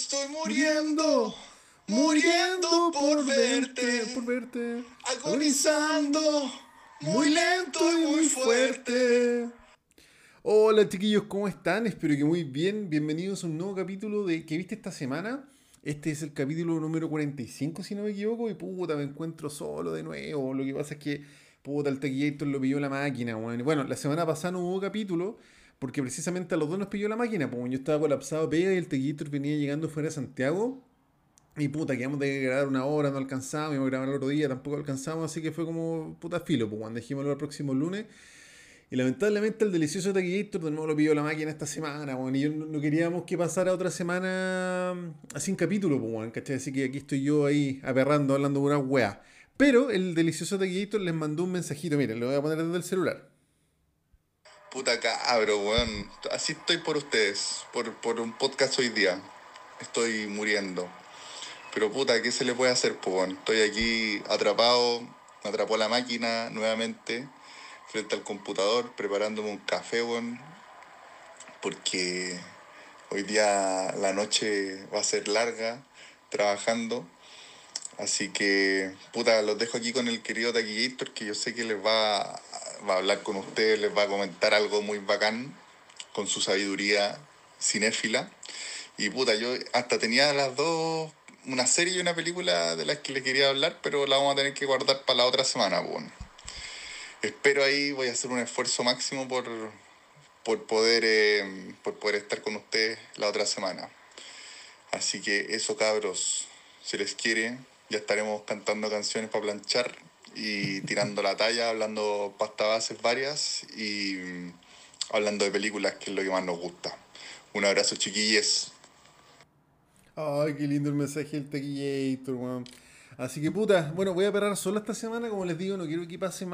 estoy muriendo, muriendo por verte, agonizando, muy lento y muy fuerte. Hola chiquillos, ¿cómo están? Espero que muy bien. Bienvenidos a un nuevo capítulo de ¿Qué viste esta semana? Este es el capítulo número 45, si no me equivoco, y puta, me encuentro solo de nuevo. Lo que pasa es que, puta, el Taquillator lo pilló la máquina, weón. Y bueno, la semana pasada no hubo capítulo, porque precisamente a los dos nos pilló la máquina, pues yo estaba colapsado, pega, y el Taquillator venía llegando fuera de Santiago. Y puta, quedamos de grabar una hora, no alcanzamos, íbamos a grabar el otro día, tampoco alcanzamos, así que fue como puta filo, pues cuando dijimos el próximo lunes. Y lamentablemente el delicioso Taquillator de nuevo lo pidió la máquina esta semana, weón. Y yo no queríamos que pasara otra semana sin capítulo, pues, weón, ¿cachai? Así que aquí estoy yo ahí aperrando, hablando de una weá. Pero el delicioso Taquillator les mandó un mensajito, miren, lo voy a poner desde el celular. Puta cabro, weón. Así estoy por ustedes, por un podcast hoy día. Estoy muriendo. Pero puta, ¿qué se le puede hacer, po, weón? Estoy aquí atrapado, me atrapó la máquina nuevamente, frente al computador, preparándome un café, weón. Porque hoy día la noche va a ser larga, trabajando. Así que, puta, los dejo aquí con el querido Taquillator, que yo sé que va a hablar con ustedes, les va a comentar algo muy bacán, con su sabiduría cinéfila. Y puta, yo hasta tenía las dos, una serie y una película de las que les quería hablar, pero la vamos a tener que guardar para la otra semana, pues. Bueno. Espero ahí, voy a hacer un esfuerzo máximo por poder estar con ustedes la otra semana. Así que eso, cabros, si les quiere, ya estaremos cantando canciones para planchar y tirando la talla, hablando pasta bases varias y hablando de películas, que es lo que más nos gusta. Un abrazo, chiquilles. Ay, qué lindo el mensaje del Taquillator, weón. Así que puta, bueno, voy a parar solo esta semana, como les digo, no quiero que pase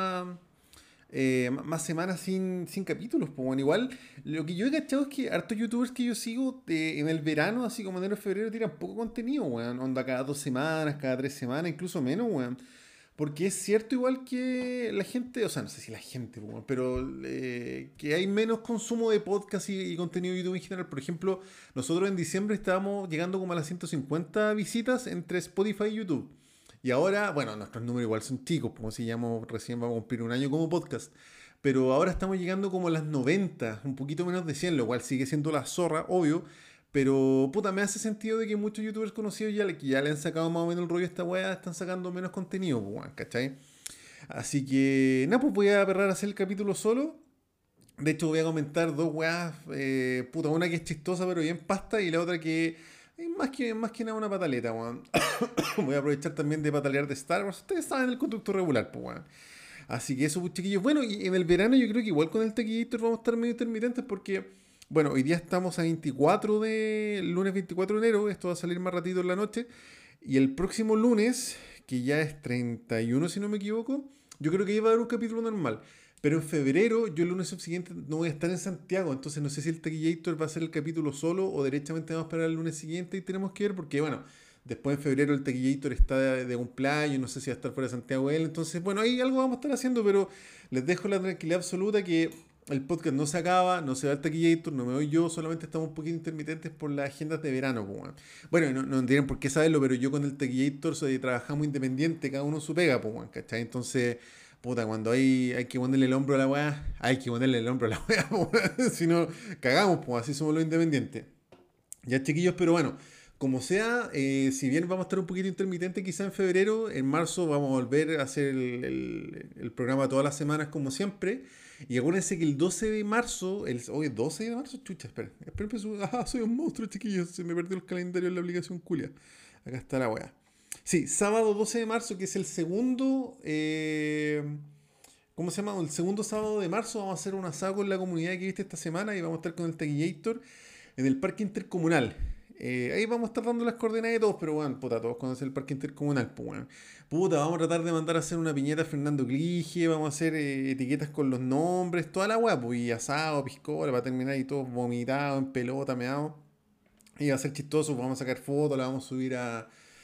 más semanas sin capítulos, pues bueno, igual lo que yo he cachado es que hartos youtubers que yo sigo en el verano, así como enero febrero, tiran poco contenido, weón, onda cada 2 semanas, cada 3 semanas, incluso menos, weón. Porque es cierto igual que la gente, o sea, no sé si la gente, pues, weón, pero que hay menos consumo de podcast y contenido de YouTube en general. Por ejemplo, nosotros en diciembre estábamos llegando como a las 150 visitas entre Spotify y YouTube. Y ahora, bueno, nuestros números igual son chicos, como si ya recién vamos a cumplir un año como podcast. Pero ahora estamos llegando como a las 90, un poquito menos de 100, lo cual sigue siendo la zorra, obvio. Pero puta, me hace sentido de que muchos youtubers conocidos que ya le han sacado más o menos el rollo a esta weá, están sacando menos contenido, pues, weón, ¿cachai? Así que, nada, pues voy a aperrar a hacer el capítulo solo. De hecho, voy a comentar dos weas, puta, una que es chistosa pero bien pasta y la otra que es más que nada una pataleta, weón. Voy a aprovechar también de patalear de Star Wars. Ustedes saben el conducto regular, pues, weón. Así que eso, pues, chiquillos. Bueno, y en el verano yo creo que igual con el Taquillator vamos a estar medio intermitentes porque, bueno, hoy día estamos a 24 de, el lunes 24 de enero, esto va a salir más ratito en la noche. Y el próximo lunes, que ya es 31 si no me equivoco, yo creo que ahí va a haber un capítulo normal. Pero en febrero, yo el lunes subsiguiente no voy a estar en Santiago, entonces no sé si el Taquillator va a ser el capítulo solo o derechamente vamos a esperar el lunes siguiente y tenemos que ver porque, bueno, después en febrero el Taquillator está de cumpleaños, no sé si va a estar fuera de Santiago él, entonces, bueno, ahí algo vamos a estar haciendo, pero les dejo la tranquilidad absoluta que el podcast no se acaba, no se va el Taquillator, no me voy yo, solamente estamos un poquito intermitentes por las agendas de verano, pues, weón. Bueno, no tienen por qué saberlo, pero yo con el Taquillator trabajamos independiente, cada uno su pega, pues, weón, ¿cachai? Entonces, puta, cuando hay que ponerle el hombro a la weá, hay que ponerle el hombro a la weá, pues, si no, cagamos, pues, así somos los independientes. Ya, chiquillos, pero bueno, como sea, si bien vamos a estar un poquito intermitente quizá en febrero, en marzo vamos a volver a hacer el programa todas las semanas como siempre. Y acuérdense que el 12 de marzo, hoy 12 de marzo, chucha, esperen, soy un monstruo, chiquillos, se me perdió el calendario en la aplicación culia. Acá está la weá. Sí, sábado 12 de marzo, que es el segundo, ¿cómo se llama? El segundo sábado de marzo vamos a hacer un asado con la comunidad que viste esta semana y vamos a estar con el Taquillator en el Parque Intercomunal. Ahí vamos a estar dando las coordenadas de todos, pero bueno, puta, todos conocen el Parque Intercomunal, pues bueno. Puta, vamos a tratar de mandar a hacer una piñeta a Fernando Clige, vamos a hacer etiquetas con los nombres, toda la weá, pues, y asado, piscola, para terminar ahí todos vomitados, en pelota, meados. Y va a ser chistoso, pues vamos a sacar fotos, la vamos a subir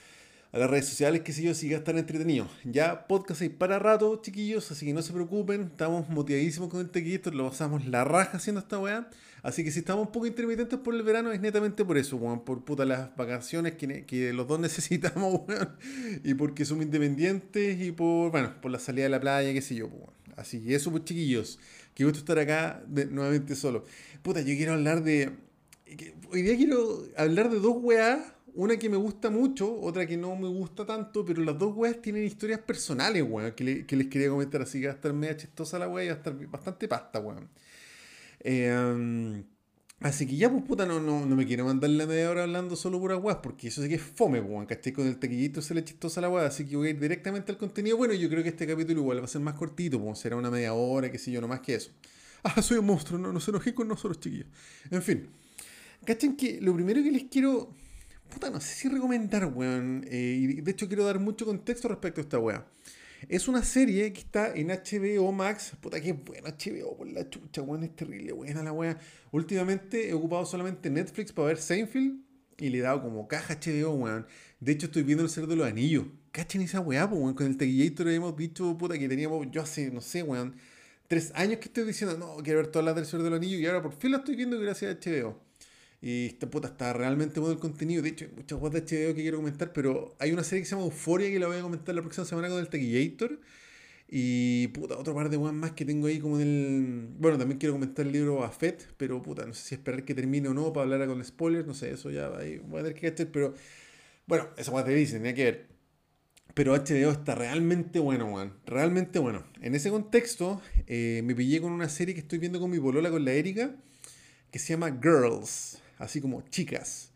a las redes sociales, qué sé yo, si va a estar entretenido. Ya podcast hay para rato, chiquillos, así que no se preocupen, estamos motivadísimos con el tequito, lo pasamos la raja haciendo esta weá. Así que si estamos un poco intermitentes por el verano es netamente por eso, weón, por puta las vacaciones que los dos necesitamos, weón, y porque somos independientes y por, bueno, por la salida de la playa, qué sé yo, weón. Así que eso, pues chiquillos, qué gusto estar acá nuevamente solo. Puta, yo quiero hablar de hoy día quiero hablar de dos weas, una que me gusta mucho, otra que no me gusta tanto, pero las dos weas tienen historias personales, weón, que les quería comentar, así que va a estar media chistosa la wea y va a estar bastante pasta, weón. Eh, Así que ya, pues puta, no me quiero mandar la media hora hablando solo pura weas, porque eso sí que es fome, weón, ¿cachai? Con el taquillito se le chistosa la wea, así que voy a ir directamente al contenido. Bueno, yo creo que este capítulo igual va a ser más cortito, pues será una media hora, qué sé yo, no más que eso. Ah, soy un monstruo, no se enojé con nosotros, chiquillos. En fin. ¿Cachan que lo primero que les quiero, puta, no sé si recomendar, weón, y de hecho quiero dar mucho contexto respecto a esta weá. Es una serie que está en HBO Max, puta que bueno HBO por la chucha, weón, es terrible, buena la weá. Últimamente he ocupado solamente Netflix para ver Seinfeld y le he dado como caja HBO, weón. De hecho estoy viendo El Cerdo de los Anillos. ¿Cachan esa weá, po, weón? Con el Taquillator hemos dicho, puta, que teníamos, yo hace, no sé, weón, 3 años que estoy diciendo, no, quiero ver todas las del Cerdo de los Anillos y ahora por fin la estoy viendo gracias a HBO. Y esta puta está realmente bueno el contenido. De hecho, hay muchas cosas de HBO que quiero comentar, pero hay una serie que se llama Euphoria que la voy a comentar la próxima semana con el Taquillator. Y puta, otro par de weas más que tengo ahí como en el. Bueno, también quiero comentar el libro Buffett, pero puta, no sé si esperar que termine o no para hablar con spoilers, no sé, eso ya ahí voy a tener que cachar, pero bueno, esa wea te dicen, hay que ver. Pero HBO está realmente bueno, weón. Realmente bueno. En ese contexto, me pillé con una serie que estoy viendo con mi polola, con la Erika, que se llama Girls, así como chicas.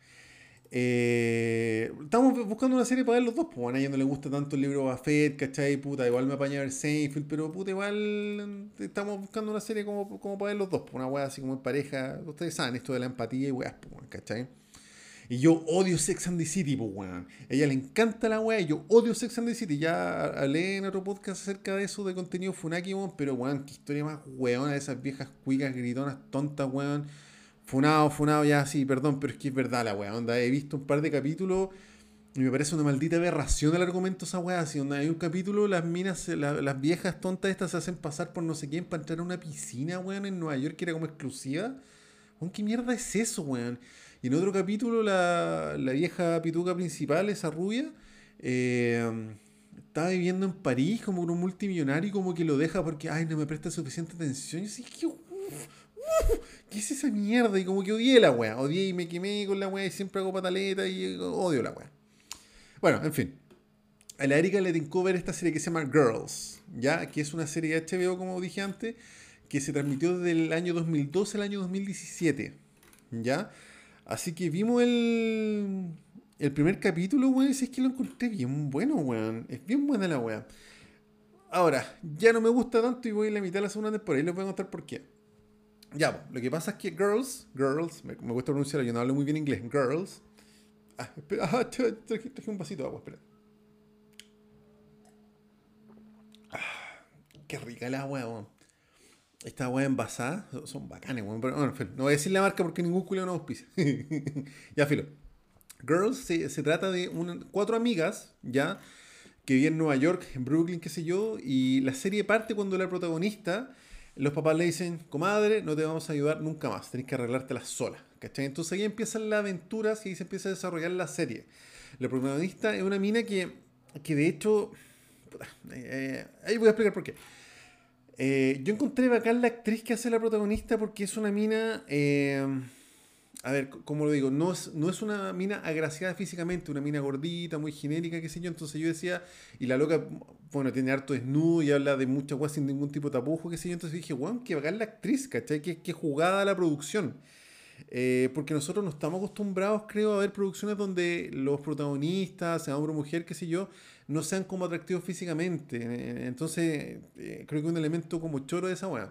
Estamos buscando una serie para ver los dos, pues bueno, a ella no le gusta tanto el libro Buffett, ¿cachai? Puta, igual me apaña a ver Seinfeld, pero puta, igual estamos buscando una serie como para ver los dos, pues una wea así como en pareja. Ustedes saben esto de la empatía y weas, pues, weón, ¿cachai? Y yo odio Sex and the City, pues, weón. A ella le encanta la wea y yo odio Sex and the City. Ya hablé en otro podcast acerca de eso, de contenido Funaki, weón, pero weón, qué historia más weona de esas viejas cuicas, gritonas, tontas, weón. Funado, ya, sí, perdón, pero es que es verdad la weá. Onda, he visto un par de capítulos y me parece una maldita aberración el argumento de esa weá. Si onda, hay un capítulo, las minas, las viejas tontas estas se hacen pasar por no sé quién para entrar a una piscina, weón, en Nueva York que era como exclusiva. Weón, ¿qué mierda es eso, weón? Y en otro capítulo, la vieja pituca principal, esa rubia, estaba viviendo en París como con un multimillonario y como que lo deja porque, ay, no me presta suficiente atención. Y así, que, ¿qué es esa mierda? Y como que odié la wea. Odié y me quemé con la wea y siempre hago pataleta y odio la wea. Bueno, en fin. A la Erika le tincó ver esta serie que se llama Girls, ¿ya? Que es una serie de HBO, como dije antes, que se transmitió desde el año 2012 al año 2017, ¿ya? Así que vimos el primer capítulo, weón, y es que lo encontré bien bueno, weón. Es bien buena la wea. Ahora, ya no me gusta tanto y voy a la mitad de la segunda temporada y les voy a contar por qué. Ya, lo que pasa es que Girls, me cuesta pronunciarlo, yo no hablo muy bien inglés, Girls. Ah, espera, traje un vasito de agua, espera. Qué rica la agua, weón. Esta agua envasada, son bacanes, weón. Pero bueno, en fin, no voy a decir la marca porque ningún culo nos auspicia. Ya, filo. Girls se trata de cuatro amigas, ya, que viven en Nueva York, en Brooklyn, qué sé yo, y la serie parte cuando la protagonista, los papás le dicen, comadre, no te vamos a ayudar nunca más, tenés que arreglártela sola, ¿cachai? Entonces ahí empiezan las aventuras y ahí se empieza a desarrollar la serie. La protagonista es una mina que de hecho, puta, ahí voy a explicar por qué. Yo encontré bacán la actriz que hace la protagonista porque es una mina, a ver, ¿cómo lo digo? No es una mina agraciada físicamente, una mina gordita, muy genérica, qué sé yo. Entonces yo decía, y la loca, bueno, tiene harto desnudo y habla de muchas cosas sin ningún tipo de tapujo, qué sé yo. Entonces dije, weón, que bacán la actriz, ¿cachai? Que jugada la producción. Porque nosotros no estamos acostumbrados, creo, a ver producciones donde los protagonistas, sea hombre o mujer, qué sé yo, no sean como atractivos físicamente. Entonces, creo que un elemento como choro de esa weá.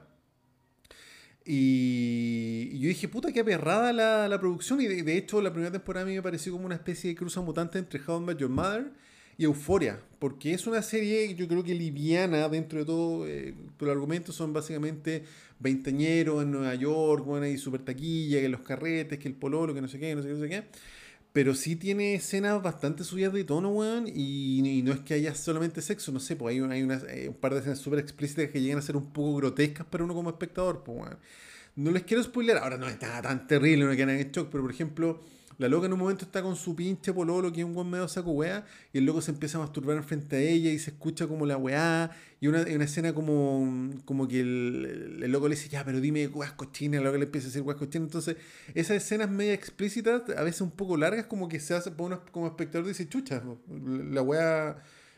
Y yo dije, puta, qué aperrada la producción. Y de hecho, la primera temporada a mí me pareció como una especie de cruza mutante entre How I Met Your Mother y Euphoria. Porque es una serie, yo creo que liviana dentro de todo. Los argumentos son básicamente veinteañeros en Nueva York, bueno, y super taquilla, que los carretes, que el pololo, que no sé qué, no sé qué, no sé qué. Pero sí tiene escenas bastante subidas de tono, weón. Y no es que haya solamente sexo, no sé, pues un par de escenas súper explícitas que llegan a ser un poco grotescas para uno como espectador, pues, weón. No les quiero spoiler, ahora no es nada tan terrible, no quedan en shock, pero por ejemplo, la loca en un momento está con su pinche pololo, que es un buen medio saco weá, y el loco se empieza a masturbar frente a ella y se escucha como la weá, y una escena como que el loco le dice, ya, pero dime weas cochinas, el loco le empieza a decir weas cochinas, entonces esas escenas media explícitas, a veces un poco largas, como que se hace, para uno como espectador dice, chucha, la weá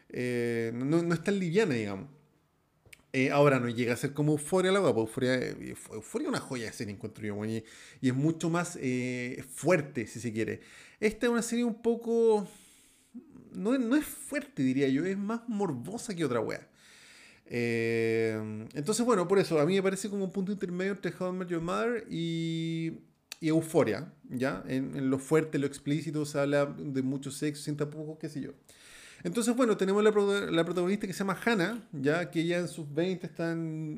no es tan liviana, digamos. Ahora no llega a ser como Euforia la wea, pues Euforia es una joya de serie, encuentro yo, weón, y es mucho más fuerte, si se quiere. Esta es una serie un poco. No es fuerte, diría yo, es más morbosa que otra wea. Entonces, bueno, por eso, a mí me parece como un punto intermedio entre How I Met Your Mother y Euforia, ¿ya? En lo fuerte, lo explícito, se habla de mucho sexo, sin tapujos, qué sé yo. Entonces, bueno, tenemos la protagonista que se llama Hannah, ya que ella en sus 20 está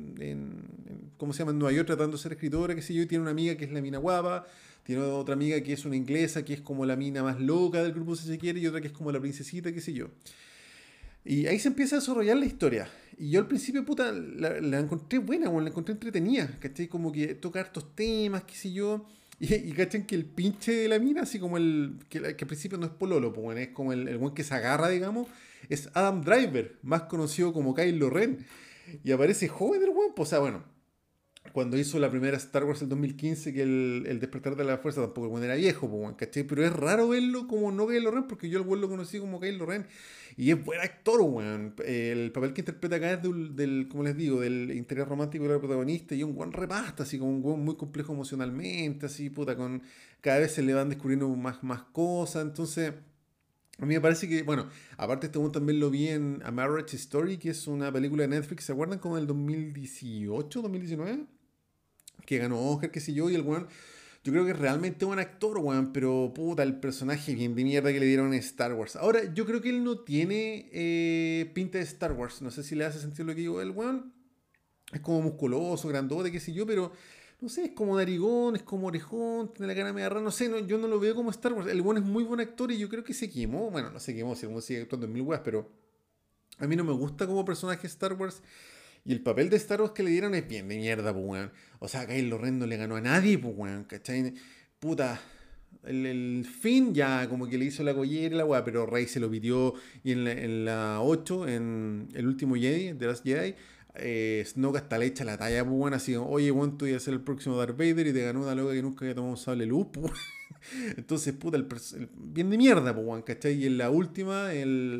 ¿cómo se llama? En Nueva York tratando de ser escritora, qué sé yo, y tiene una amiga que es la mina guapa, tiene otra amiga que es una inglesa, que es como la mina más loca del grupo, si se quiere, y otra que es como la princesita, qué sé yo. Y ahí se empieza a desarrollar la historia. Y yo al principio, puta, la encontré buena, bueno, la encontré entretenida, ¿cachai? Como que toca hartos temas, qué sé yo. Y cachan que el pinche de la mina, así como que al principio no es pololo, pues bueno, es como el buen que se agarra, digamos, es Adam Driver, más conocido como Kylo Ren. Y aparece joven el weón, pues, o sea, bueno, cuando hizo la primera Star Wars el 2015, que el despertar de la fuerza, tampoco el weón era viejo, pues, weón, ¿cachai? Pero es raro verlo como no Kylo Ren, porque yo el weón lo conocí como Kylo Ren. Y es buen actor, weón. El papel que interpreta acá es como les digo, del interés romántico del protagonista y un buen repasta, así como un weón muy complejo emocionalmente, así, puta, cada vez se le van descubriendo más cosas, entonces. A mí me parece que, bueno, aparte este weón también lo vi en A Marriage Story, que es una película de Netflix, ¿se acuerdan? Como del 2018, 2019, que ganó Oscar, qué sé yo, y el weón, yo creo que es realmente buen actor, weón, pero puta, el personaje bien de mierda que le dieron en Star Wars. Ahora, yo creo que él no tiene pinta de Star Wars, no sé si le hace sentido lo que digo, el weón es como musculoso, grandote, qué sé yo, pero no sé, es como narigón, es como orejón, tiene la cara media rara, no sé, yo no lo veo como Star Wars. El weón es muy buen actor y yo creo que se quemó, bueno, no se quemó, si como sigue actuando en mil weas, pero a mí no me gusta como personaje Star Wars. Y el papel de Star Wars que le dieron es bien de mierda, pues, weón. O sea, Kylo Ren no le ganó a nadie, pues, weón, ¿cachai? Puta, el Finn ya como que le hizo la collera y la weá, pero Rey se lo pidió. Y en la 8 en el último Jedi, de las Jedi, Snoke hasta le echa la talla, pues, weón, así como, oye, weón, tú ibas a ser el próximo Darth Vader y te ganó una loca que nunca había tomado un sable luz, pues. Entonces, puta, bien de mierda, pues, weón, ¿cachai? Y en la última,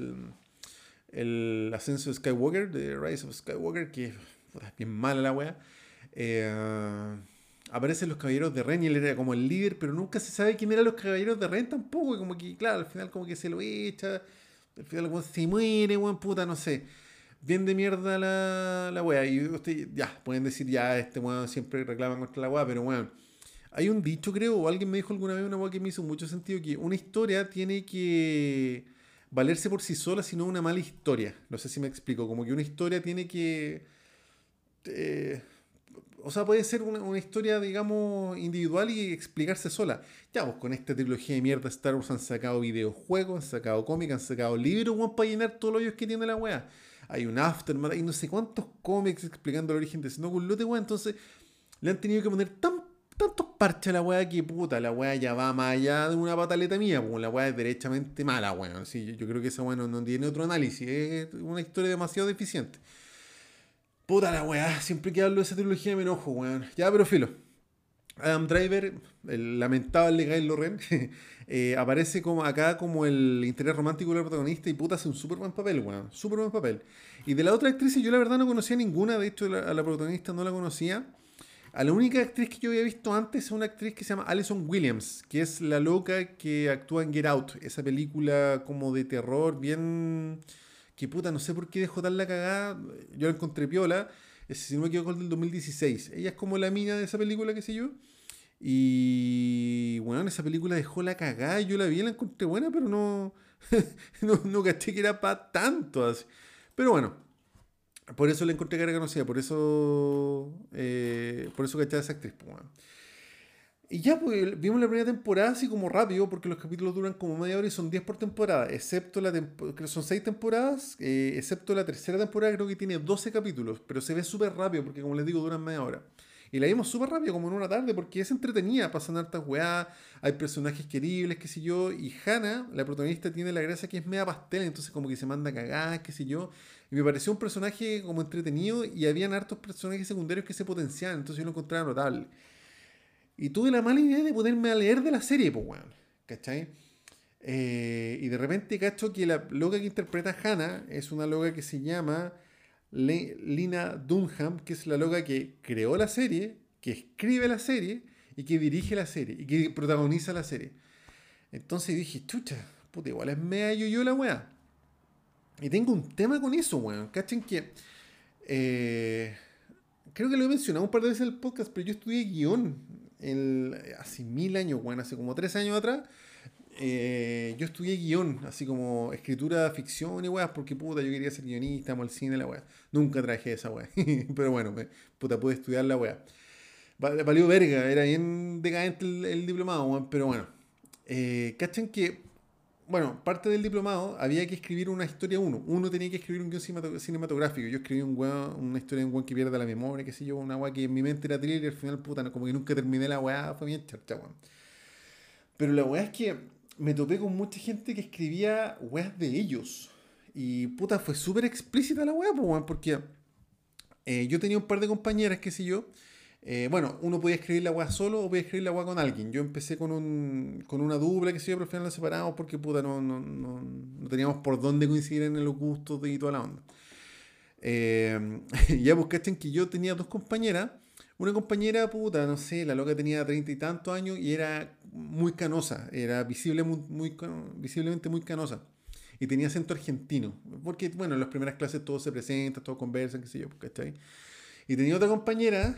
el ascenso de Skywalker, de Rise of Skywalker, que puta, es bien mala la wea. Eh, Aparecen los caballeros de Ren y él era como el líder, pero nunca se sabe quién eran los caballeros de Ren tampoco. Y como que, claro, al final como que se lo echa, al final como se muere, weón, puta, no sé. Bien de mierda la wea. Y usted, ya, pueden decir, ya, este weón siempre reclama contra la wea, pero weón. Hay un dicho, creo, o alguien me dijo alguna vez una wea que me hizo mucho sentido, que una historia tiene que valerse por sí sola, sino una mala historia. No sé si me explico. Como que una historia tiene que. eh, o sea, puede ser una historia, digamos, individual y explicarse sola. Ya, pues con esta trilogía de mierda Star Wars han sacado videojuegos, han sacado cómics, han sacado libros, weón, para llenar todos los hoyos que tiene la weá. Hay un Aftermath, hay no sé cuántos cómics explicando el origen de Snoke, un lote, weón. Entonces, le han tenido que poner tantos parches a la weá que puta, la weá ya va más allá de una pataleta mía, pues la weá es derechamente mala, weón. Sí, yo creo que esa weá no tiene otro análisis, es una historia demasiado deficiente. Puta la weá, siempre que hablo de esa trilogía me enojo, weón. Ya, pero filo. Adam Driver, el lamentable Kylo Ren, aparece como acá como el interés romántico del protagonista y puta hace un súper buen papel, weón. Súper buen papel. Y de la otra actriz yo la verdad no conocía ninguna, de hecho a la protagonista no la conocía. A la única actriz que yo había visto antes es una actriz que se llama Alison Williams, que es la loca que actúa en Get Out, esa película como de terror, bien. Que puta, no sé por qué dejó tan la cagada. Yo la encontré piola. Si no me equivoco, es del 2016. Ella es como la mina de esa película, qué sé yo. Y bueno, esa película dejó la cagada. Yo la vi, la encontré buena, pero no. No caché que era para tanto así. Pero bueno, por eso la encontré cara conocida. Por eso caché a esa actriz, pues, bueno. Y ya, pues vimos la primera temporada así como rápido, porque los capítulos duran como media hora y son 10 por temporada, excepto creo que son 6 temporadas, excepto la tercera temporada, creo que tiene 12 capítulos, pero se ve súper rápido, porque como les digo, duran media hora. Y la vimos súper rápido, como en una tarde, porque es entretenida, pasan hartas weá, hay personajes queribles, qué sé yo, y Hannah, la protagonista, tiene la gracia que es media pastel, entonces como que se manda a cagar, qué sé yo, y me pareció un personaje como entretenido, y habían hartos personajes secundarios que se potenciaban, entonces yo lo encontraba notable. Y tuve la mala idea de ponerme a leer de la serie, pues, weón. ¿Cachai? Y de repente cacho que la loca que interpreta a Hannah es una loca que se llama Lina Dunham, que es la loca que creó la serie, que escribe la serie y que dirige la serie y que protagoniza la serie. Entonces dije, chucha, puta, igual es mea yo la weá. Y tengo un tema con eso, weón. ¿Cachen que? eh, Creo que lo he mencionado un par de veces en el podcast, pero yo estudié guión hace 1000 años, bueno, hace como 13 años atrás. Yo estudié guión, así como escritura, ficción y weas, porque puta, yo quería ser guionista, amo el cine, la wea. Nunca traje esa wea. Pero bueno, puta, pude estudiar la wea. Valió verga, era bien decadente el diplomado, weón, pero bueno. Cachen que bueno, parte del diplomado había que escribir una historia uno. Uno tenía que escribir un guión cinematográfico. Yo escribí una historia de un weón que pierde la memoria, qué sé yo, una weá que en mi mente era thriller y al final, puta, no, como que nunca terminé la weá, fue bien charcha, weón. Pero la weá es que me topé con mucha gente que escribía weas de ellos. Y puta, fue súper explícita la weá, pues, weón, porque yo tenía un par de compañeras, qué sé yo. Bueno, uno podía escribir la weá solo o podía escribir la weá con alguien. Yo empecé con una dupla, que sé yo, pero al final nos separamos porque puta, no teníamos por dónde coincidir en los gustos y toda la onda. Ya buscaste en que yo tenía dos compañeras. Una compañera, puta, no sé, la loca tenía 30 y tantos años y era muy canosa, era visiblemente muy canosa. Y tenía acento argentino. Porque, bueno, en las primeras clases todos se presentan, todos conversan, qué sé yo, ¿cachai? Y tenía otra compañera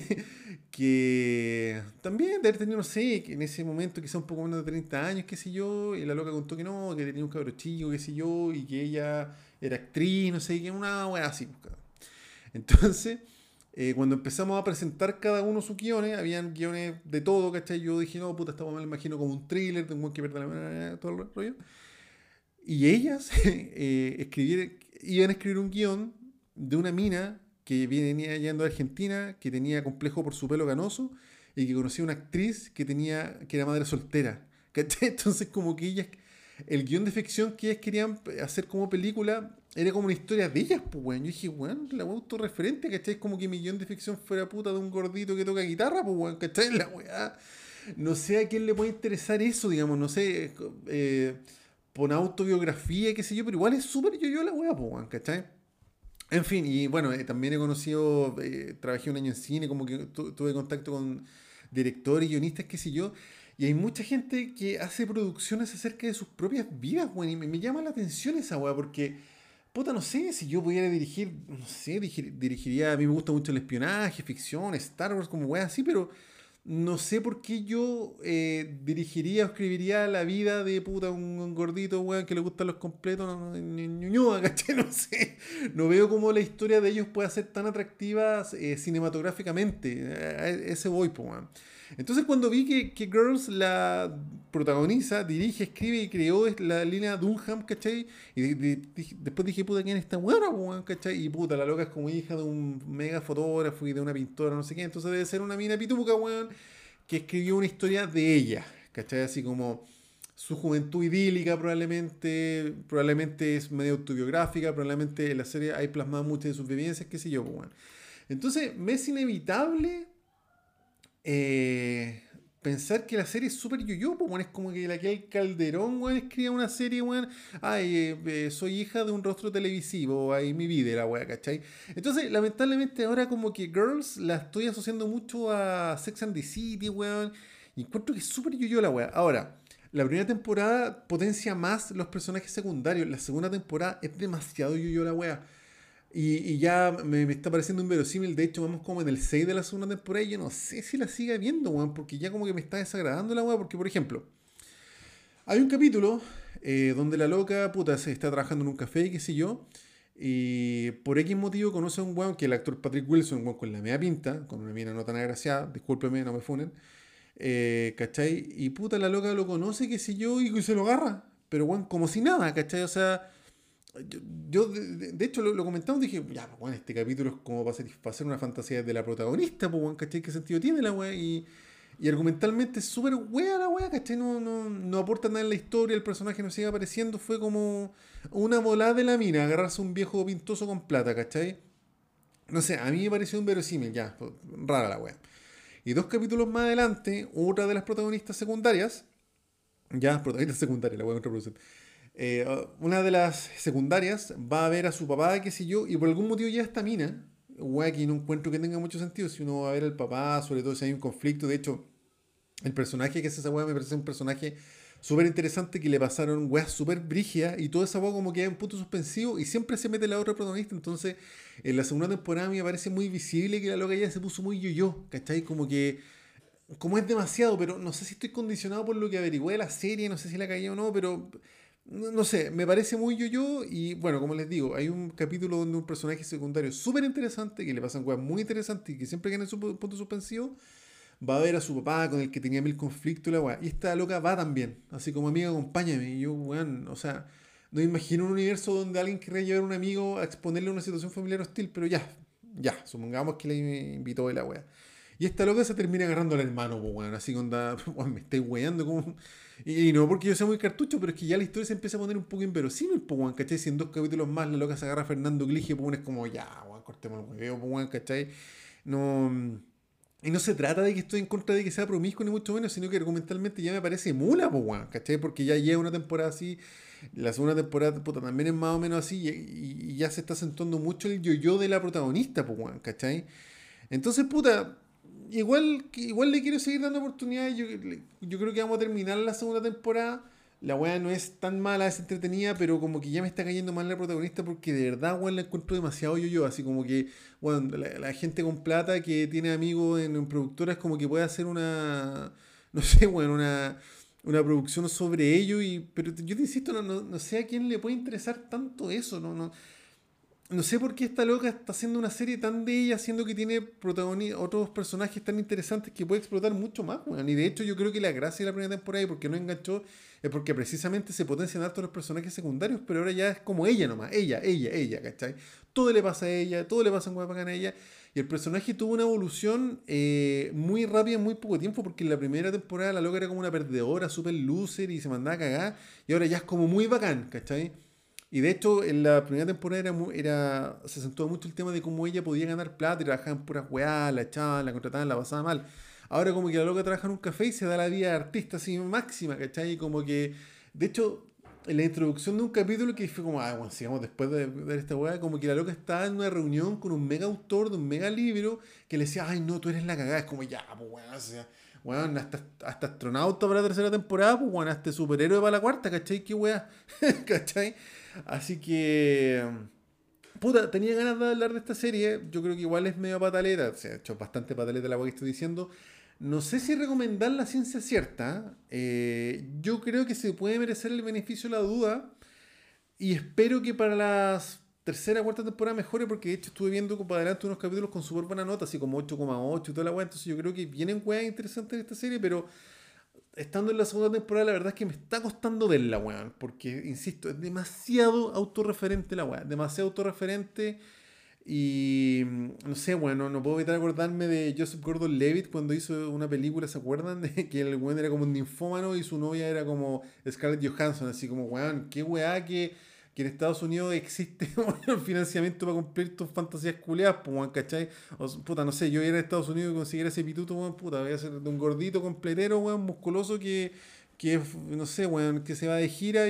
que también de haber tenido, no sé, que en ese momento quizá un poco menos de 30 años, qué sé yo, y la loca contó que no, que tenía un cabro chico, qué sé yo, y que ella era actriz, no sé, que una wea así. Entonces, cuando empezamos a presentar cada uno sus guiones, habían guiones de todo, ¿cachai? Yo dije, no, puta, esta me la imagino como un thriller, de un buen que pierde la memoria, todo el rollo. Y ellas iban a escribir un guión de una mina que venía yendo a Argentina, que tenía complejo por su pelo canoso y que conocía una actriz que era madre soltera. ¿Cachai? Entonces, como que ellas, el guión de ficción que ellas querían hacer como película era como una historia de ellas, pues, weón. Yo dije, weón, la weá autorreferente, ¿cachai? Es como que mi guión de ficción fuera puta de un gordito que toca guitarra, pues, weón, ¿cachai? La weá. No sé a quién le puede interesar eso, digamos, no sé. Pon autobiografía, qué sé yo, pero igual es súper yo la weá, pues, weón, ¿cachai? En fin, y bueno, también he conocido, trabajé un año en cine, como que tuve contacto con directores, guionistas, qué sé yo, y hay mucha gente que hace producciones acerca de sus propias vidas, weón, y me llama la atención esa weá, porque, puta, no sé, si yo pudiera dirigir, no sé, dirigiría, a mí me gusta mucho el espionaje, ficción, Star Wars, como weá así, pero no sé por qué yo dirigiría o escribiría la vida de puta un gordito, weón, que le gustan los completos, ñuñoa, ¿cachai? No sé. No veo cómo la historia de ellos puede ser tan atractiva cinematográficamente. A ese voy, po, weón. Entonces cuando vi que Girls la protagoniza, dirige, escribe y creó la línea Dunham, ¿cachai? Y después dije, puta, ¿quién es esta weona, po, weón? ¿Cachai? Y puta, la loca es como hija de un mega fotógrafo y de una pintora, no sé qué. Entonces debe ser una mina pituca, weón, que escribió una historia de ella, ¿cachai? Así como su juventud idílica probablemente es medio autobiográfica, probablemente en la serie hay plasmado muchas de sus vivencias, qué sé yo, pues, bueno. Entonces, me es inevitable pensar que la serie es súper yo-yo, pues, bueno, es como que aquel Calderón, weón, escribe una serie, weón, ay, soy hija de un rostro televisivo, ay, mi vida, la weá, ¿cachai? Entonces, lamentablemente ahora como que Girls la estoy asociando mucho a Sex and the City, weón, y encuentro que es súper yo-yo la weá. Ahora, la primera temporada potencia más los personajes secundarios, la segunda temporada es demasiado yo-yo la weá. Y ya me está pareciendo inverosímil. De hecho, vamos como en el 6 de la segunda temporada y yo no sé si la siga viendo, weón, porque ya como que me está desagradando la weá. Porque, por ejemplo, hay un capítulo donde la loca, puta, se está trabajando en un café y qué sé yo. Y por X motivo conoce a un weón que es el actor Patrick Wilson, un weón con la media pinta, con una mina no tan agraciada, discúlpeme, no me funen. ¿Cachai? Y puta, la loca lo conoce, qué sé yo, y se lo agarra. Pero, weón, como si nada, ¿cachai? O sea, yo, de hecho lo comentamos, dije, ya, pues, weón, este capítulo es como para satisfacer una fantasía de la protagonista, pues, weón, ¿cachai? ¿Qué sentido tiene la weá? Y argumentalmente es súper wea la wea, ¿cachai? No aporta nada en la historia, el personaje no sigue apareciendo, fue como una volada de la mina, agarrarse un viejo pintoso con plata, ¿cachai? No sé, a mí me pareció un verosímil, ya, rara la wea. Y dos capítulos más adelante, otra de las protagonistas secundarias, ya, protagonistas secundarias, la wea otra producción. Una de las secundarias va a ver a su papá, qué sé yo, y por algún motivo ya esta mina, wea que no encuentro que tenga mucho sentido, si uno va a ver al papá, sobre todo si hay un conflicto, de hecho, el personaje que es esa weá me parece un personaje súper interesante que le pasaron weas súper brígidas y toda esa weá como que en punto suspensivo y siempre se mete la otra protagonista. Entonces, en la segunda temporada a mí me parece muy visible que la loca ya se puso muy yo-yo, ¿cachai? Como que, como es demasiado, pero no sé si estoy condicionado por lo que averigüé de la serie, no sé si la caí o no, pero no sé, me parece muy yo-yo y bueno, como les digo, hay un capítulo donde un personaje secundario súper interesante, que le pasan weas muy interesantes y que siempre queda en su punto suspensivo va a ver a su papá con el que tenía mil conflictos y la weá. Y esta loca va también, así como amiga, acompáñame. Y yo, weón, o sea, no me imagino un universo donde alguien querría llevar a un amigo a exponerle a una situación familiar hostil, pero ya, supongamos que le invitó de la weá. Y esta loca se termina agarrando al hermano, pues, weón, así con da, weón, me estáis weando como. Y no porque yo sea muy cartucho, pero es que ya la historia se empieza a poner un poco inverosímil, pues, weón, ¿cachai? Si en dos capítulos más la loca se agarra a Fernando Glige, pues, es como, ya, weón, cortemos el weón, pues, weón, ¿cachai? No. Y no se trata de que estoy en contra de que sea promiscuo ni mucho menos, sino que argumentalmente ya me parece mula, pues, weón, ¿cachai? Porque ya lleva una temporada así, la segunda temporada, puta, también es más o menos así, y ya se está acentuando mucho el yo-yo de la protagonista, pues, weón, ¿cachai? Entonces, puta, igual le quiero seguir dando oportunidades. Yo creo que vamos a terminar la segunda temporada. La weá no es tan mala, es entretenida, pero como que ya me está cayendo mal la protagonista porque de verdad, weón, la encuentro demasiado yo. Así como que, bueno, la gente con plata que tiene amigos en productoras como que puede hacer una, no sé, weón, una producción sobre ello. Pero yo te insisto, no sé a quién le puede interesar tanto eso. No sé por qué esta loca está haciendo una serie tan de ella, siendo que tiene otros personajes tan interesantes que puede explotar mucho más, weón. Y de hecho yo creo que la gracia de la primera temporada y por qué no enganchó es porque precisamente se potencian harto los personajes secundarios, pero ahora ya es como ella nomás, ella, ¿cachai? Todo le pasa a ella, todo le pasa en bacán a ella. Y el personaje tuvo una evolución muy rápida en muy poco tiempo, porque en la primera temporada la loca era como una perdedora, súper loser y se mandaba a cagar, y ahora ya es como muy bacán, ¿cachai? Y de hecho, en la primera temporada se acentuó mucho el tema de cómo ella podía ganar plata y trabajaba en puras weá, la echaban, la contrataban, la pasaba mal. Ahora como que la loca trabaja en un café y se da la vida de artista así máxima, ¿cachai? Y como que, de hecho, en la introducción de un capítulo que fue como, bueno, sigamos después de ver esta weá, como que la loca estaba en una reunión con un mega autor de un mega libro que le decía, ay no, tú eres la cagada. Es como, ya, pues weón, o sea, weón, hasta astronauta para la tercera temporada, pues weón, hasta superhéroe para la cuarta, ¿cachai? ¿Qué weá? ¿Cachai? Así que, puta, tenía ganas de hablar de esta serie. Yo creo que igual es medio pataleta. O sea, he hecho bastante pataleta la que estoy diciendo. No sé si recomendar la ciencia cierta. Yo creo que se puede merecer el beneficio de la duda. Y espero que para la tercera o cuarta temporada mejore, porque de hecho estuve viendo para adelante unos capítulos con súper buena nota, así como 8,8 y toda la weá. Entonces yo creo que vienen weas interesantes en esta serie, pero estando en la segunda temporada, la verdad es que me está costando verla, weón. Porque, insisto, es demasiado autorreferente la weá. Demasiado autorreferente. Y no sé, bueno, no puedo evitar acordarme de Joseph Gordon-Levitt cuando hizo una película, ¿se acuerdan? De que el weón era como un ninfómano y su novia era como Scarlett Johansson, así como, weón, qué weá que en Estados Unidos existe weón, el financiamiento para cumplir tus fantasías culeadas, pues, weón, ¿cachai? Puta, no sé, yo ir a Estados Unidos y conseguir ese pituto, weón, puta, voy a ser de un gordito completero, weón, musculoso que no sé, weón, que se va de gira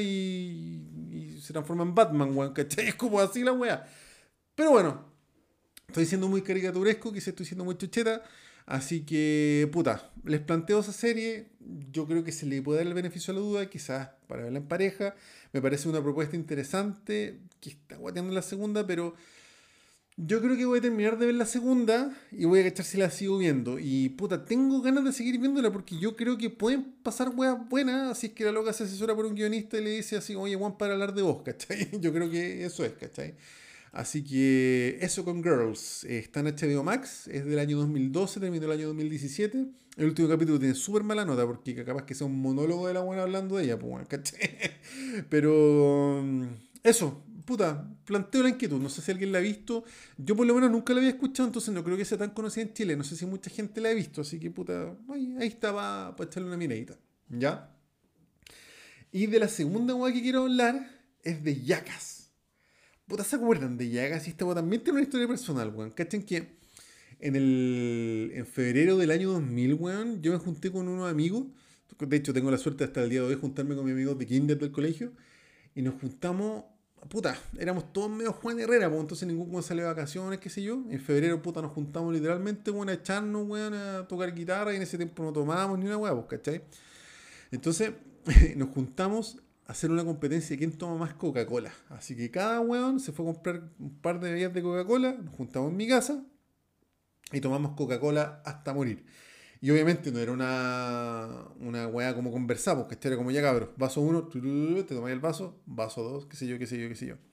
y se transforma en Batman, weón, ¿cachai? Es como así la weá. Pero bueno, estoy siendo muy caricaturesco, quizás estoy siendo muy chucheta. Así que, puta, les planteo esa serie. Yo creo que se le puede dar el beneficio a la duda, quizás para verla en pareja. Me parece una propuesta interesante, que está guateando en la segunda, pero yo creo que voy a terminar de ver la segunda y voy a cachar si la sigo viendo. Y puta, tengo ganas de seguir viéndola porque yo creo que pueden pasar weas buenas. Así es que la loca se asesora por un guionista y le dice así, oye, Juan, para hablar de vos, ¿cachai? Yo creo que eso es, ¿cachai? Así que eso con Girls. Está en HBO Max, es del año 2012, terminó el año 2017. El último capítulo tiene súper mala nota porque capaz que sea un monólogo de la buena hablando de ella, pues bueno, ¿cachai? Pero eso, puta, planteo la inquietud. No sé si alguien la ha visto. Yo por lo menos nunca la había escuchado, entonces no creo que sea tan conocida en Chile. No sé si mucha gente la ha visto, así que puta, ahí estaba para echarle una miradita. ¿Ya? Y de la segunda weá que quiero hablar es de Yacas. Puta, ¿se acuerdan de Yacas? Y esta weá también tiene una historia personal, weón. ¿Cachan que en febrero del año 2000, weón, yo me junté con unos amigos? De hecho, tengo la suerte hasta el día de hoy de juntarme con mis amigos de kinder del colegio. Y nos juntamos, puta, éramos todos medio Juan Herrera, pues entonces ningún weón salió de vacaciones, qué sé yo. En febrero, puta, nos juntamos literalmente, weón, a echarnos, weón, a tocar guitarra. Y en ese tiempo no tomábamos ni una weá, pues, ¿cachai? Entonces nos juntamos a hacer una competencia de quién toma más Coca-Cola. Así que cada weón se fue a comprar un par de bebidas de Coca-Cola, nos juntamos en mi casa y tomamos Coca-Cola hasta morir. Y obviamente no era una weá como conversamos, que era como ya cabros, vaso uno, te tomáis el vaso, vaso dos, qué sé yo, qué sé yo, qué sé yo.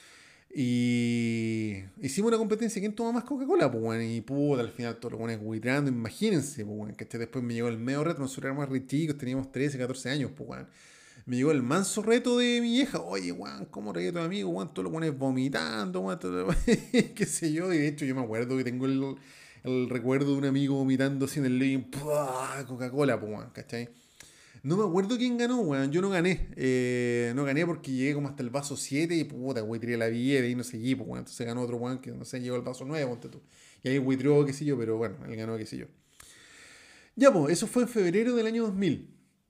Y hicimos una competencia, ¿quién toma más Coca-Cola? Pues bueno, y puta, al final todos los buenos buitrando, imagínense, pues bueno, que después me llegó el medio reto, nosotros éramos re chicos, teníamos 13 14 años, pues bueno. Me llegó el manso reto de mi vieja, oye, weón, ¿cómo regué tu amigo? Weón, todos los buenos vomitando, weón, qué sé yo, y de hecho yo me acuerdo que tengo el recuerdo de un amigo vomitando así en el living, ¡pua! Coca-Cola, pues weón, ¿cachai? No me acuerdo quién ganó, weón. Yo no gané. No gané porque llegué como hasta el vaso 7 y puta, güey, tiré la billete y no seguí, pues, weón. Entonces ganó otro weón que no sé, llegó al vaso 9, ponte tú. Y ahí buitrió, qué sé yo, pero bueno, él ganó, qué sé yo. Ya, pues, eso fue en febrero del año 2000.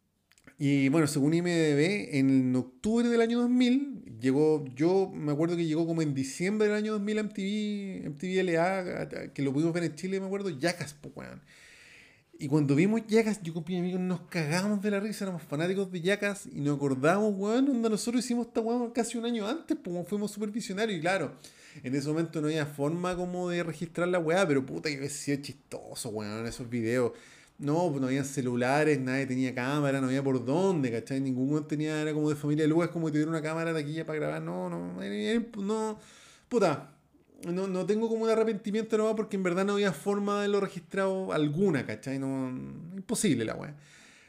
Y bueno, según IMDb, en octubre del año 2000, llegó, yo me acuerdo que llegó como en diciembre del año 2000 a MTV LA, que lo pudimos ver en Chile, me acuerdo, Jackass, pues, weón. Y cuando vimos Jackass, yo con mi amigo nos cagamos de la risa, éramos fanáticos de Jackass y nos acordamos, weón, donde nosotros hicimos esta weón casi un año antes, pues como fuimos super visionarios. Y claro, en ese momento no había forma como de registrar la weá, pero puta que hubiese sido chistoso, weón, esos videos. No, pues no había celulares, nadie tenía cámara, no había por dónde, ¿cachai? Ningún weón tenía, era como de familia Lucas, como que tuviera una cámara de aquí ya para grabar. No, no, no, puta, no tengo como un arrepentimiento nomás porque en verdad no había forma de haberlo registrado alguna, ¿cachai? No, imposible la weá.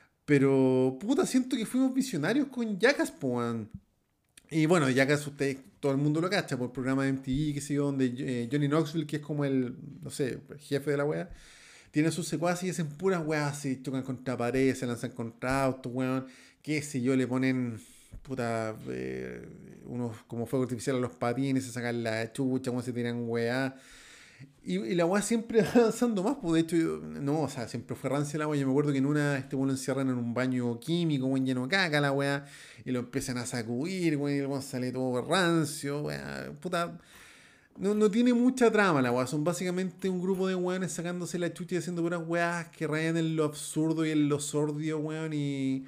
Pero, puta, siento que fuimos visionarios con Jackass, po, weón. Y bueno, Jackass, ustedes, todo el mundo lo cacha por el programa de MTV, que sé yo, donde Johnny Knoxville, que es como el, no sé, el jefe de la weá, tiene sus secuaces y hacen puras weas, se chocan contra paredes, se lanzan contra autos, weón, qué sé yo, le ponen puta unos como fuego artificial a los patines, se sacan la chucha, como se tiran weá. Y la weá siempre va avanzando más, pues de hecho, no, o sea, siempre fue rancia la weá. Yo me acuerdo que en una, este weón lo encierran en un baño químico, weón, lleno de caca la weá, y lo empiezan a sacudir, weón, y el weón sale todo rancio, weá, puta. No tiene mucha trama la weá, son básicamente un grupo de weones sacándose la chucha y haciendo puras weas que rayan en lo absurdo y en lo sordio, weón, y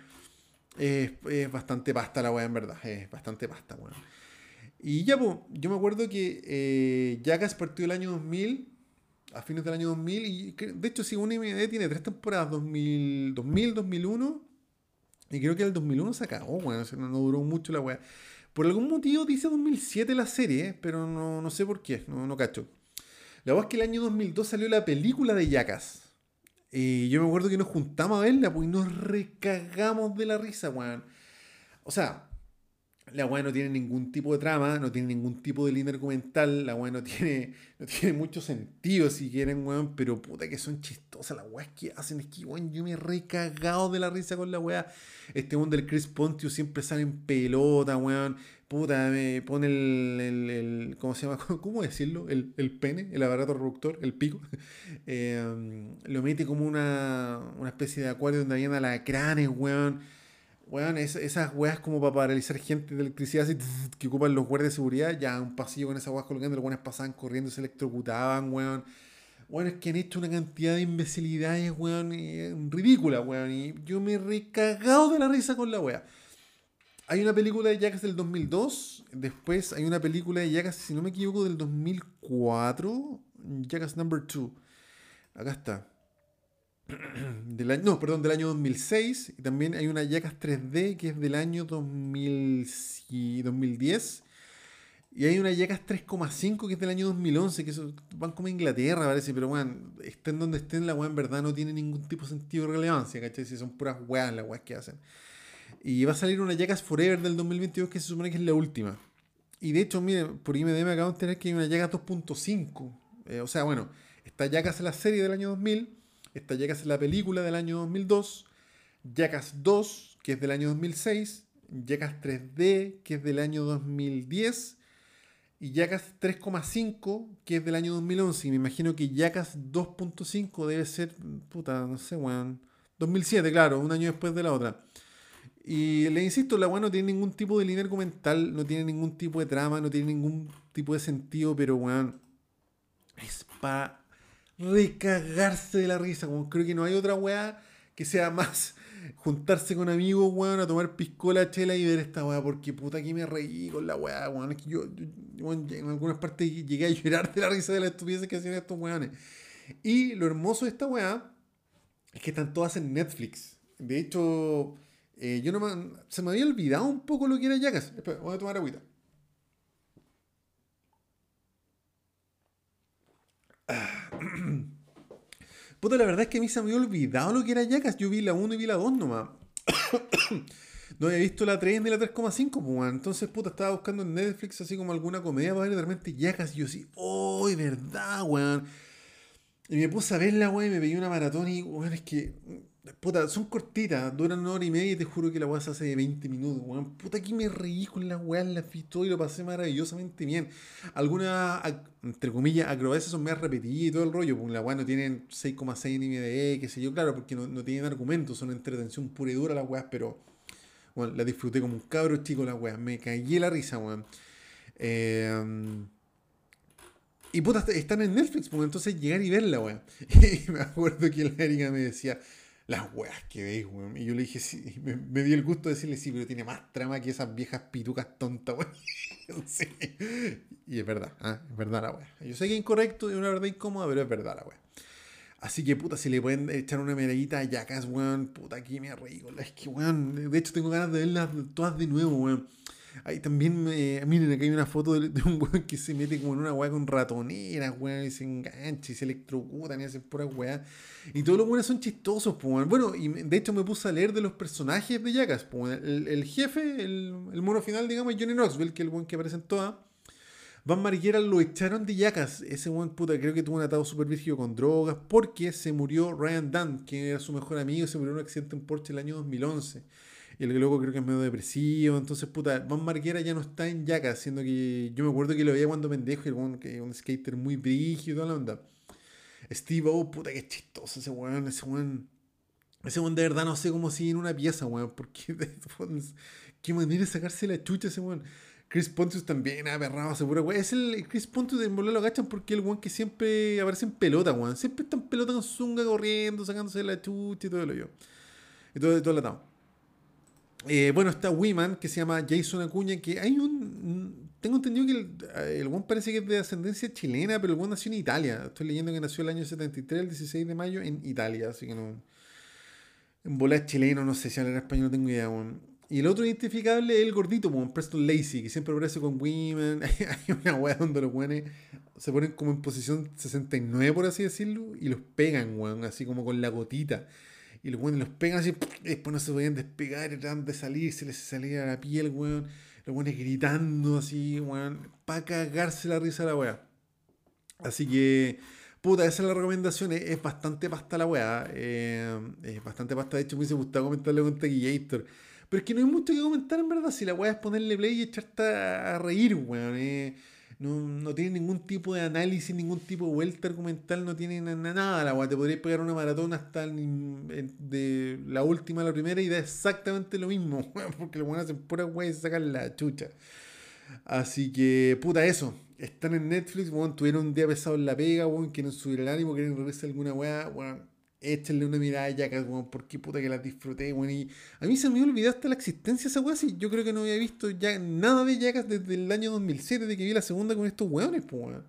es bastante pasta la weá, en verdad, es bastante pasta, weón. Y ya, pues, yo me acuerdo que Jackass partió el año 2000, a fines del año 2000, y de hecho, según IMDb tiene tres temporadas, 2000, 2000, 2001, y creo que el 2001 se acabó, weón, o sea, no duró mucho la weá. Por algún motivo dice 2007 la serie, pero no sé por qué, no cacho. La verdad es que el año 2002 salió la película de Jackass. Y yo me acuerdo que nos juntamos a verla, pues y nos recagamos de la risa, weón. O sea, la weá no tiene ningún tipo de trama, no tiene ningún tipo de línea argumental, la weá no tiene mucho sentido si quieren, weón, pero puta que son chistosas las weas que hacen, es que, weón, yo me he recagado de la risa con la weá. Este weón del Chris Pontius siempre sale en pelota, weón, puta, me pone ¿cómo se llama? ¿Cómo decirlo? El pene, el aparato reproductor, el pico. Lo mete como una especie de acuario donde había alacranes, weón. Weón, esas weas como para paralizar gente de electricidad así, que ocupan los guardias de seguridad, ya un pasillo con esas weas colgando, los weones pasaban corriendo, se electrocutaban, weón. Weón, es que han hecho una cantidad de imbecilidades, weón, ridícula, weón. Y yo me he recagado de la risa con la wea. Hay una película de Jackass del 2002, después hay una película de Jackass, si no me equivoco, del 2004, Jackass Number 2. Acá está. No, perdón, del año 2006. Y también hay una Jackass 3D que es del año 2000 y 2010. Y hay una Jackass 3,5 que es del año 2011, que eso, van como a Inglaterra, parece, pero weón, estén donde estén, la weá en verdad no tiene ningún tipo de sentido de relevancia, ¿cachai? Si son puras weas las weas que hacen. Y va a salir una Jackass Forever del 2022 que se supone que es la última. Y de hecho, mire, por IMDb me acabo de enterar que hay una Jackass 2.5. O sea, bueno, está Jackass en la serie del año 2000, está Jackass en la película del año 2002, Jackass 2, que es del año 2006, Jackass 3D, que es del año 2010, y Jackass 3,5, que es del año 2011. Y me imagino que Jackass 2.5 debe ser, puta, no sé, weón. 2007, claro, un año después de la otra. Y le insisto, la weá no tiene ningún tipo de línea argumental, no tiene ningún tipo de trama, no tiene ningún tipo de sentido, pero weón, es para recagarse de la risa. Como creo que no hay otra weá que sea más juntarse con amigos, weón, a tomar piscola, chela y ver esta weá, porque puta que me reí con la weá, weón. Es que weón, en algunas partes llegué a llorar de la risa de las estupideces que hacían estos weones. Y lo hermoso de esta weá es que están todas en Netflix. De hecho, yo no se me había olvidado un poco lo que era Jackass. Espera, voy a tomar agüita. Puta, la verdad es que a mí se me había olvidado lo que era Jackass. Yo vi la uno y vi la 2 nomás. No había visto la 3 ni la 3,5, pues, weón. Entonces, puta, estaba buscando en Netflix así como alguna comedia para ver y de repente Jackass. Y yo así, ¡oh, verdad, weón! Y me puse a verla, weón, y me pegué una maratón y, weón, es que, puta, son cortitas, duran una hora y media y te juro que la weá se hace de 20 minutos, weón. Puta, que me reí con la weá, la vi todo y lo pasé maravillosamente bien. Algunas, entre comillas, acrobacias son más repetidas y todo el rollo, pues la weá no tienen 6,6 en IMDb, qué sé yo, claro, porque no tienen argumentos, son entretención pura y dura las weas, pero, bueno, la disfruté como un cabro chico la weá, me cagué la risa, weón. Eh, y puta, están en Netflix, pues entonces llegar y verla, weón. Y me acuerdo que la Erika me decía, las weas que veis, weón. Y yo le dije, sí, me di el gusto de decirle, sí, pero tiene más trama que esas viejas pitucas tontas, weón. Sí. Y es verdad, ¿ah? Es verdad la wea. Yo sé que es incorrecto y una verdad incómoda, pero es verdad la wea. Así que, puta, si le pueden echar una medallita a Jackass, weón, puta, aquí me reí con la. Es que, weón, de hecho tengo ganas de verlas todas de nuevo, weón. Ahí también, miren, acá hay una foto de un weón que se mete como en una weá con ratoneras, weón, y se engancha y se electrocutan y hacen pura weá. Y todos los weones son chistosos, pues, weón. Bueno, y de hecho me puse a leer de los personajes de Jackass, pues, weón. El jefe, el mono final, digamos, es Johnny Knoxville, que es el weón que aparece en todas. Van Marguera lo echaron de Jackass. Ese weón, puta, creo que tuvo un atado super virgio con drogas porque se murió Ryan Dunn, que era su mejor amigo, se murió en un accidente en Porsche el año 2011. Y el loco creo que es medio depresivo. Entonces, puta, Van Marguera ya no está en Jackass, siendo que yo me acuerdo que lo veía cuando pendejo, y el weón, que es un skater muy brígido y toda la onda. Steve O, puta, que chistoso ese weón, ese weón. Ese weón de verdad no sé cómo sigue en una pieza, weón, porque qué manera de sacarse la chucha ese weón. Chris Pontius también ha aberrado ese pura weón. Es el Chris Pontius de lo agachan porque el weón que siempre aparece en pelota, weón. Siempre está en pelota con zunga corriendo, sacándose la chucha y todo lo yo. Y todo el atado. Bueno, está Wiman, que se llama Jason Acuña, que hay un. Tengo entendido que el buen parece que es de ascendencia chilena, pero el buen nació en Italia. Estoy leyendo que nació el año 73, el 16 de mayo, en Italia, así que no. En bola es chileno, no sé si hablar español, no tengo idea, weón. Y el otro identificable es el gordito, weón, Preston Lacey, que siempre aparece con Women. Hay una weá donde los weones se ponen como en posición 69, por así decirlo, y los pegan, weón, así como con la gotita. Y los weones los pegan así, y después no se podían despegar y tratan de salir, se les salía la piel, weón. Los weones gritando así, weón, para cagarse la risa a la weá. Así que, puta, esa es la recomendación. Es bastante pasta la weá. Es bastante pasta. De hecho, me hubiese gustado comentarle con Taquillator. Pero es que no hay mucho que comentar en verdad. Si la weá es ponerle play y echarte a reír, weón. No tiene ningún tipo de análisis, ningún tipo de vuelta argumental. No tiene nada la weá. Te podrías pegar una maratón hasta de la última a la primera y da exactamente lo mismo, weón. Porque los weones hacen pura weá y se sacan la chucha. Así que, puta, eso. Están en Netflix, weón. Tuvieron un día pesado en la pega, weón. Quieren subir el ánimo, quieren regresar alguna weá, weón. Échenle una mirada a Jackass, weón. Porque puta que las disfruté, weón. Y a mí se me olvidó hasta la existencia de esa weá. Si yo creo que no había visto ya nada de Jackass desde el año 2007, de que vi la segunda con estos weones, pues, weón.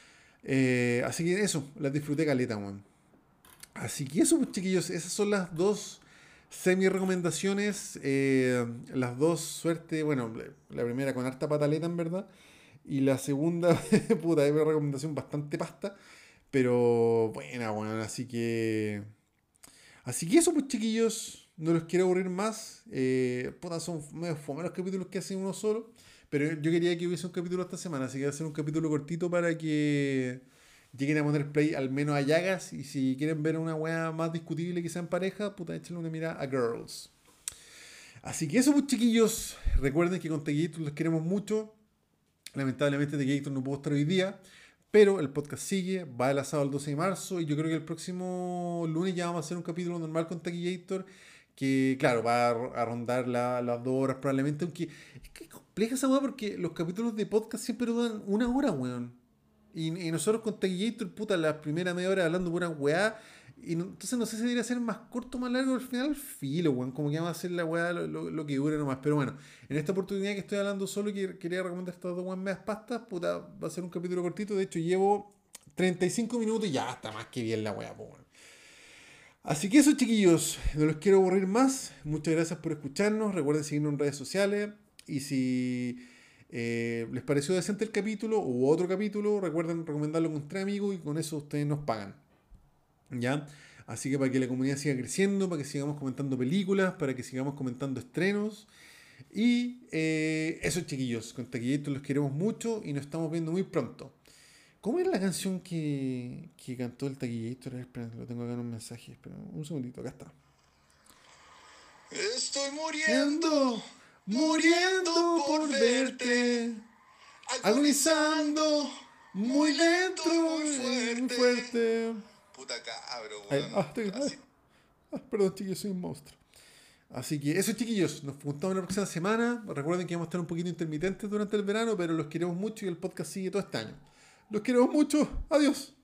Así que eso, las disfruté caleta, weón. Así que eso, pues, chiquillos. Esas son las dos semi recomendaciones. Las dos, suerte, bueno, la primera con harta pataleta, en verdad. Y la segunda, puta, es una recomendación bastante pasta. Pero buena, weón. Así que eso, pues chiquillos. No los quiero aburrir más. Puta, son medio fome los capítulos que hacen uno solo. Pero yo quería que hubiese un capítulo esta semana. Así que voy a hacer un capítulo cortito para que lleguen a poner play al menos a Llagas. Y si quieren ver una weá más discutible que sea en pareja, puta, échenle una mirada a Girls. Así que eso, pues chiquillos. Recuerden que con Tequillator los queremos mucho. Lamentablemente Tequillator no puedo estar hoy día. Pero el podcast sigue, va el asado el 12 de marzo y yo creo que el próximo lunes ya vamos a hacer un capítulo normal con Taquillator que, claro, va a rondar las 2 horas probablemente, aunque es que es compleja esa weá porque los capítulos de podcast siempre duran una hora, weón. Y nosotros con Taquillator, puta, la primera media hora hablando pura weá. Entonces no sé si debería ser más corto o más largo al final, filo, weón. Como que vamos a hacer la weá lo que dure nomás. Pero bueno, en esta oportunidad que estoy hablando solo y que quería recomendar estas dos weas medias pastas, puta, va a ser un capítulo cortito. De hecho, llevo 35 minutos y ya está más que bien la weá, po, weón. Así que eso, chiquillos, no los quiero aburrir más. Muchas gracias por escucharnos. Recuerden seguirnos en redes sociales. Y si les pareció decente el capítulo u otro capítulo, recuerden recomendarlo con 3 amigos y con eso ustedes nos pagan. ¿Ya? Así que para que la comunidad siga creciendo, para que sigamos comentando películas, para que sigamos comentando estrenos. Y eso, chiquillos, con Taquillator los queremos mucho y nos estamos viendo muy pronto. ¿Cómo era la canción que cantó el Taquillator? Espera, lo tengo acá en un mensaje. Espera, un segundito, acá está. Estoy muriendo, muriendo por verte, agonizando, muy lento y muy Muy fuerte. fuerte. Puta cabro, Ay, weón. Así. perdón, chiquillos, soy un monstruo. Así que eso, chiquillos, nos juntamos la próxima semana. Recuerden que vamos a estar un poquito intermitentes durante el verano, pero los queremos mucho y el podcast sigue todo este año. Los queremos mucho. Adiós.